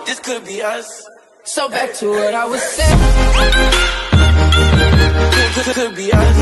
This could be us. So back to what I was saying. Could be us.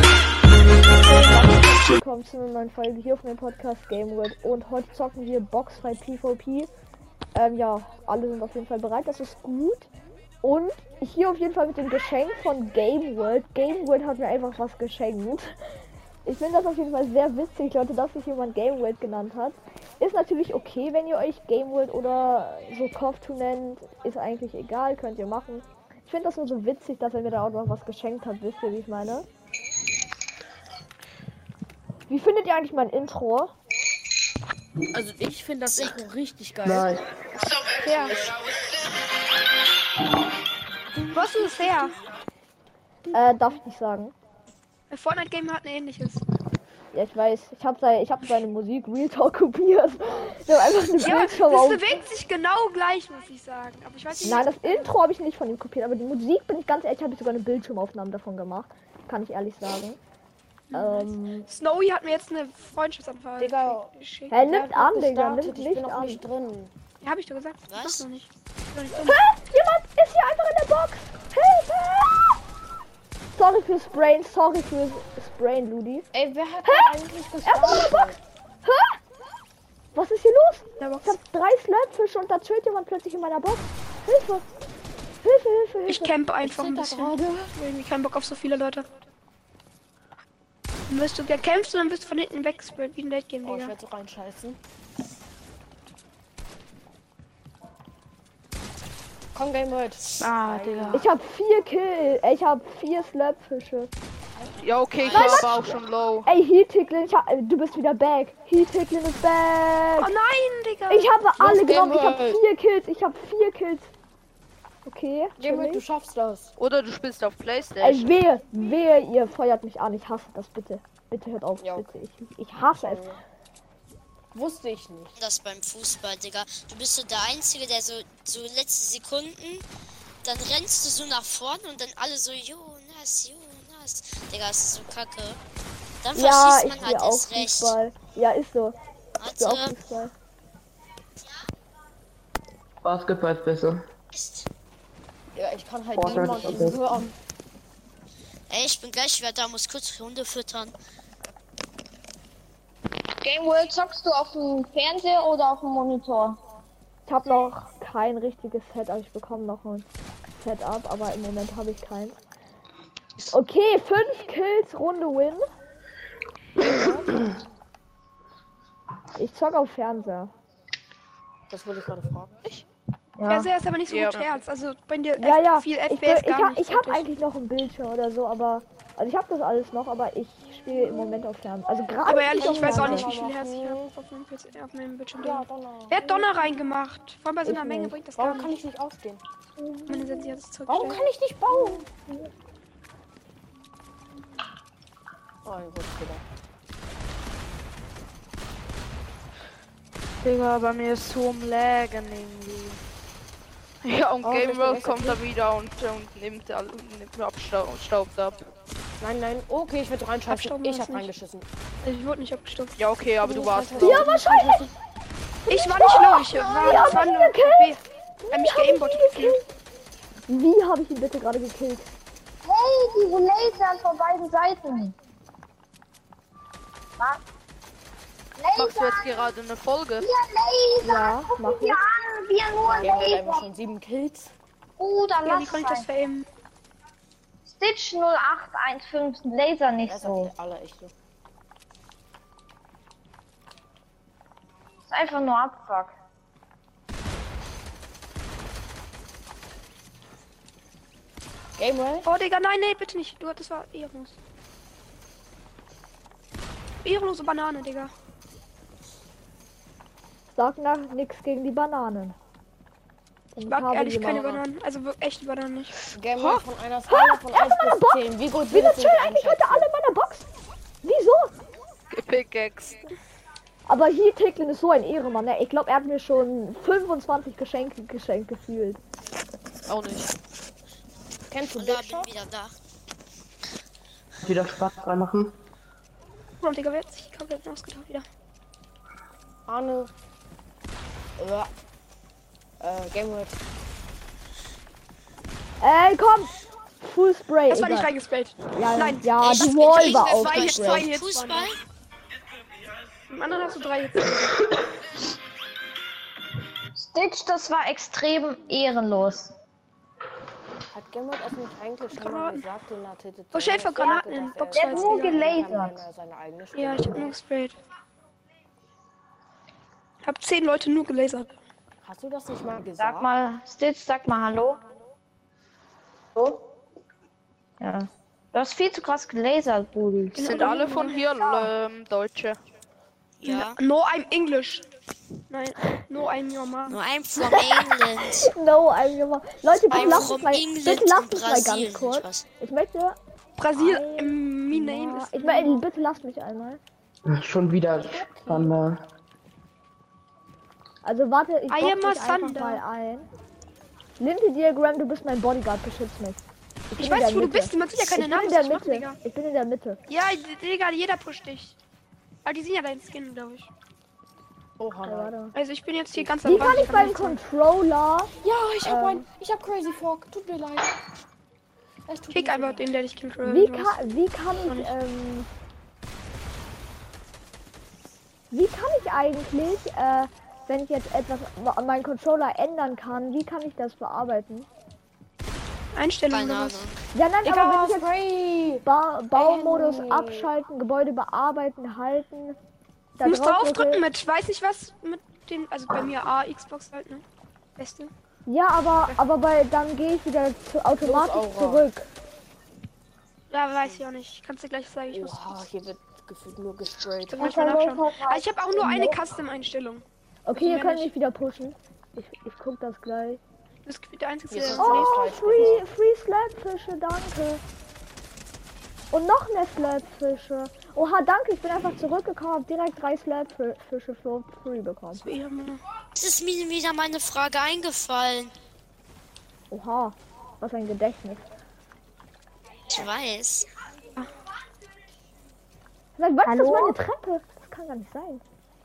Willkommen zu einer neuen Folge hier auf meinem Podcast Game World und heute zocken wir boxfrei PvP. Ja, alle sind auf jeden Fall bereit, das ist gut. Und hier auf jeden Fall mit dem Geschenk von Game World. Game World hat mir einfach was geschenkt. Ich finde das auf jeden Fall sehr witzig, Leute, dass sich jemand Game World genannt hat. Ist natürlich okay, wenn ihr euch Game World oder so Koftu nennt. Ist eigentlich egal, könnt ihr machen. Ich finde das nur so witzig, dass er mir da auch noch was geschenkt hat. Wisst ihr, wie ich meine? Wie findet ihr eigentlich mein Intro? Also ich finde das Intro richtig geil. Nein. Ja. Wo hast du es her? Darf ich nicht sagen. Fortnite Game hat ein ähnliches. Ja, ich weiß. Ich hab seine Musik Real Talk kopiert. Ich hab einfach eine Ja, Bildschirm das auf. bewegt sich genau gleich, muss ich sagen. Aber ich weiß nicht. Nein, das Intro habe ich nicht von ihm kopiert, aber die Musik, bin ich ganz ehrlich, habe ich sogar eine Bildschirmaufnahme davon gemacht. Kann ich ehrlich sagen. Snowy hat mir jetzt eine Freundschaftsanfrage Digga, geschickt. Er nimmt an, Digga, gestartet, nimmt ich nicht bin noch an. nicht drin. Ja, hab ich doch gesagt. Was? Mach's noch nicht. Ich bin noch nicht drin. Hä? Jemand ist hier einfach in der Box! Hilfe! Sorry fürs Sprain, Ludi. Ey, wer hat eigentlich Er ist in meiner gestartet? Box! Hä? Was ist hier los? Der Box. Ich hab 3 Slurpfische und da chillt jemand plötzlich in meiner Box. Hilfe! Hilfe, Hilfe, Hilfe! Ich campe einfach ein bisschen. gerade. Ich hab irgendwie keinen Bock auf so viele Leute. Dann wirst du ja kämpfst und dann wirst du von hinten weggesprayt wie ein Late Game, Oh, ich Digga. werde so reinscheißen. Komm, Game World. Ah, Digga. Ich hab 4 Kills. Ich hab 4 Slurpfische. Ja, okay, ich Nein, war was? aber auch schon low. Ey, Heat-Ticklin, du bist wieder back. Heat-Ticklin ist back. Oh nein, Digga. Ich habe alle genommen. Ich hab World. 4 Kills. Okay. Game World, du chillig. schaffst das. Oder du spielst auf Ey, PlayStation. wehe, ihr feuert mich an. Ich hasse das, bitte. Bitte hört auf, Ja. bitte. Ich hasse es. Wusste ich nicht. Das beim Fußball, Digga. Du bist so der Einzige, der so letzte Sekunden, dann rennst du so nach vorne und dann alle so, Jonas. Digga, das ist so kacke. Dann Ja, verschießt ich man spiele halt auch erst recht. Fußball. Ja, ist so. Ich spiele auch Warte, Fußball. Basketball ist besser. ist. Ja, ich kann halt Fortnite niemanden ist okay. hören. Ey, ich bin gleich wieder da, muss kurz Hunde füttern. Game World zockst du auf dem Fernseher oder auf dem Monitor? Ich habe noch kein richtiges Setup. Ich bekomme noch ein Setup, aber im Moment habe ich keins. Okay, 5 Kills, Runde Win. Ich zock auf Fernseher. Das wollte ich gerade fragen. Fernseher ist aber nicht so Ja. gut Herz. Also bei dir Ja, viel ich, FPS ich, gar nicht. ich habe wirklich. eigentlich noch einen Bildschirm oder so, aber also ich habe das alles noch, aber ich spiele im Moment auf Fernseher. Also gerade. Aber ehrlich, spiele ich weiß auch Fernseher. nicht, wie viel Herz ich habe auf meinem PC, auf meinem Bildschirm. Ja, Donner. Wer hat Donner reingemacht? Vor allem bei so einer Ich Menge nicht. bringt das gar Warum kann nicht. ich nicht aufstehen? Meine Sensi hat es Warum zurückgestellt. kann ich nicht bauen? Oh, ein guter Fehler. Digga, bei mir ist so am Lagen irgendwie. Ja, und Oh, Game ich World bin kommt da wieder und nimmt ab, staubt ab. Nein, okay, ich werde reinscheißen. Abstauben Ich muss hab nicht. reingeschissen. Ich wurde nicht abgestumpft. Ja, okay, aber du warst Ja, low. Ja, wahrscheinlich. Ich war nicht low, ich war Ja, das war aber nur gekillt. Er hat mich geaimbottet gefühlt. Wie habe ich ihn bitte gerade gekillt? Hey, diese Laser von beiden Seiten. Was? Machst du jetzt gerade eine Folge? Laser, Ja, mach ich. ja, wir nur Game World einfach Laser. schon 7 Kills. Dann Ja, wie lass konnte ich das sein. veraimen? Stitch 0815 Laser nicht Das so. sind alle echte. Ist einfach nur Abfuck. Game World? Oh, Digga, nein, bitte nicht. Das war ehrenlos. Ehrenlose Banane, Digga. Sag nach nix gegen die Bananen. Ich mag ehrlich keine Bananen. Also echte Bananen nicht. Game World von einer Skala von 1 bis 10. Wie gut Wieso würdest du chillen dich eigentlich heute einschätzen? alle in meiner Box? Wieso? Pickaxe. Aber hier Ticklin ist so ein Ehrenmann, ne? Ich glaube, er hat mir schon 25 Geschenke geschenkt gefühlt. Auch nicht. Kennst du Holla, Big Shot? bin wieder da. Wieder Spaß reinmachen. Oh, Digga, wer hat sich komplett ausgetauscht wieder? Arne. Ja. Game World. Ey, komm! Full Spray. Das war nicht egal. reingesprayt. Ja, Nein. ja, Ich- die Wall ich- war ich- auch zwei Hits, gesprayt. zwei Hits. Fußball? Im anderen hast du 3 Hits. Stitch, das war extrem ehrenlos. Hat Game World es nicht eigentlich schon mal gesagt, den Artikel? Oh, stell vor Granaten in Box. Der hat nur gelasert. Ja, ich hab nur gesprayt. Hab 10 Leute nur gelasert. Hast du das nicht mal gesagt? Sag mal, Stitch, sag mal Hallo. So? Ja. Du hast viel zu krass gelasert, Brudi. Sind alle von hier Deutsche? Ja. No, I'm English. Nein, no, I'm your mom. Nur I'm from England. No, also, Leute, bitte I'm lasst from mich mal, England bitte lasst und mich mal ganz Brasilien. kurz. Spaß. Ich möchte, Brasil, my name is. ich meine, bitte lasst mich einmal. Schon wieder Thunder. Also warte, ich I box am a dich einfach Thunder. mal ein. Lindy Diagram, du bist mein Bodyguard, beschütz mich. bin Ich in weiß, der wo du Mitte. bist. Man sieht ja keine Ich bin Namen. in der was ich mache, Mitte. Digga. Ich bin in der Mitte. Ja, Digga, jeder pusht dich. Aber die sind ja dein Skin, glaube ich. Oha, Ja, nein. warte. Also ich bin jetzt hier ganz Wie am kann Rand, ich beim nichts machen. Controller... Ja, ich hab einen. Ich hab Crazy Frog. Tut mir leid. Es tut Kick mir einfach leid. den, der dich killt. Wie kann ich eigentlich, wenn ich jetzt etwas an meinen Controller ändern kann, wie kann ich das bearbeiten? Einstellungen Keine oder Ahnung. was? Ja, nein, Digga, aber wenn ich jetzt Spray. Baumodus Henry. abschalten, Gebäude bearbeiten, halten. Da Du musst drauf draufdrücken drücke- mit, weiß nicht was, mit dem, also bei mir A, Xbox halt, ne? Beste. Ja, aber dann gehe ich wieder automatisch Aura. zurück. Ja, weiß ich auch nicht. Kannst du gleich sagen, ich muss Oha, hier wird gefühlt nur gesprayt. gleich mal nachschauen. Also ich habe auch nur eine Custom-Einstellung. Okay, ihr mehr könnt nicht. mich wieder pushen. Ich guck das gleich. Das ist der einzige, Hier der sind Oh, Free free Slapfische, danke. Und noch mehr Slapfische. Oha, danke, ich bin einfach zurückgekommen, hab direkt 3 Slapfische for free bekommen. Es ist mir wieder meine Frage eingefallen. Oha, was ein Gedächtnis. Ich weiß. Sag, was ist das meine Treppe? Das kann gar nicht sein.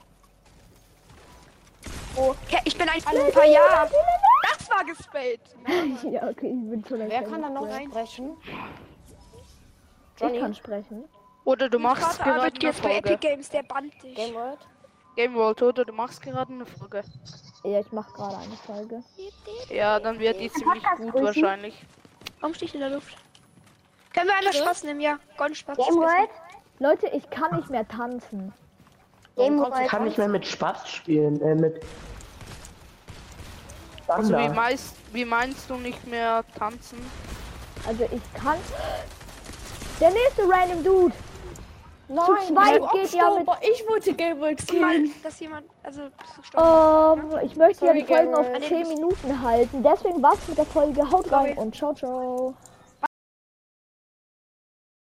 Okay, ich bin ein paar Jahre. Das war gesprayt. Ja, okay, ich bin schon ein Wer kleines kann da noch Brain. sprechen? Ich kann Johnny? sprechen. Oder du machst Vater gerade arbeitet eine jetzt bei Epic Folge. Games, der bannt dich. Game World? Game World, oder du machst gerade eine Folge. Ja, ich mache gerade eine Folge. Ja, dann wird die ziemlich gut wahrscheinlich. Warum steht in der Luft? Können wir einmal Spaß nehmen? Ja, Golden Spaß. Game World? Leute, ich kann nicht mehr tanzen. Game Ich World. kann nicht mehr mit Spaß spielen, mit Also Thunder. wie meinst du nicht mehr tanzen? Also ich kann... Der nächste random Dude. Nein, zweit du geht ja mit- Abstauber. Ich wollte Game World Guck mal, killen. dass jemand, also bist du gestorben. Ich möchte ja Sorry, die Folgen Gamer. auf 10 Minuten halten. Deswegen war's mit der Folge. Haut rein Sorry. und ciao, ciao.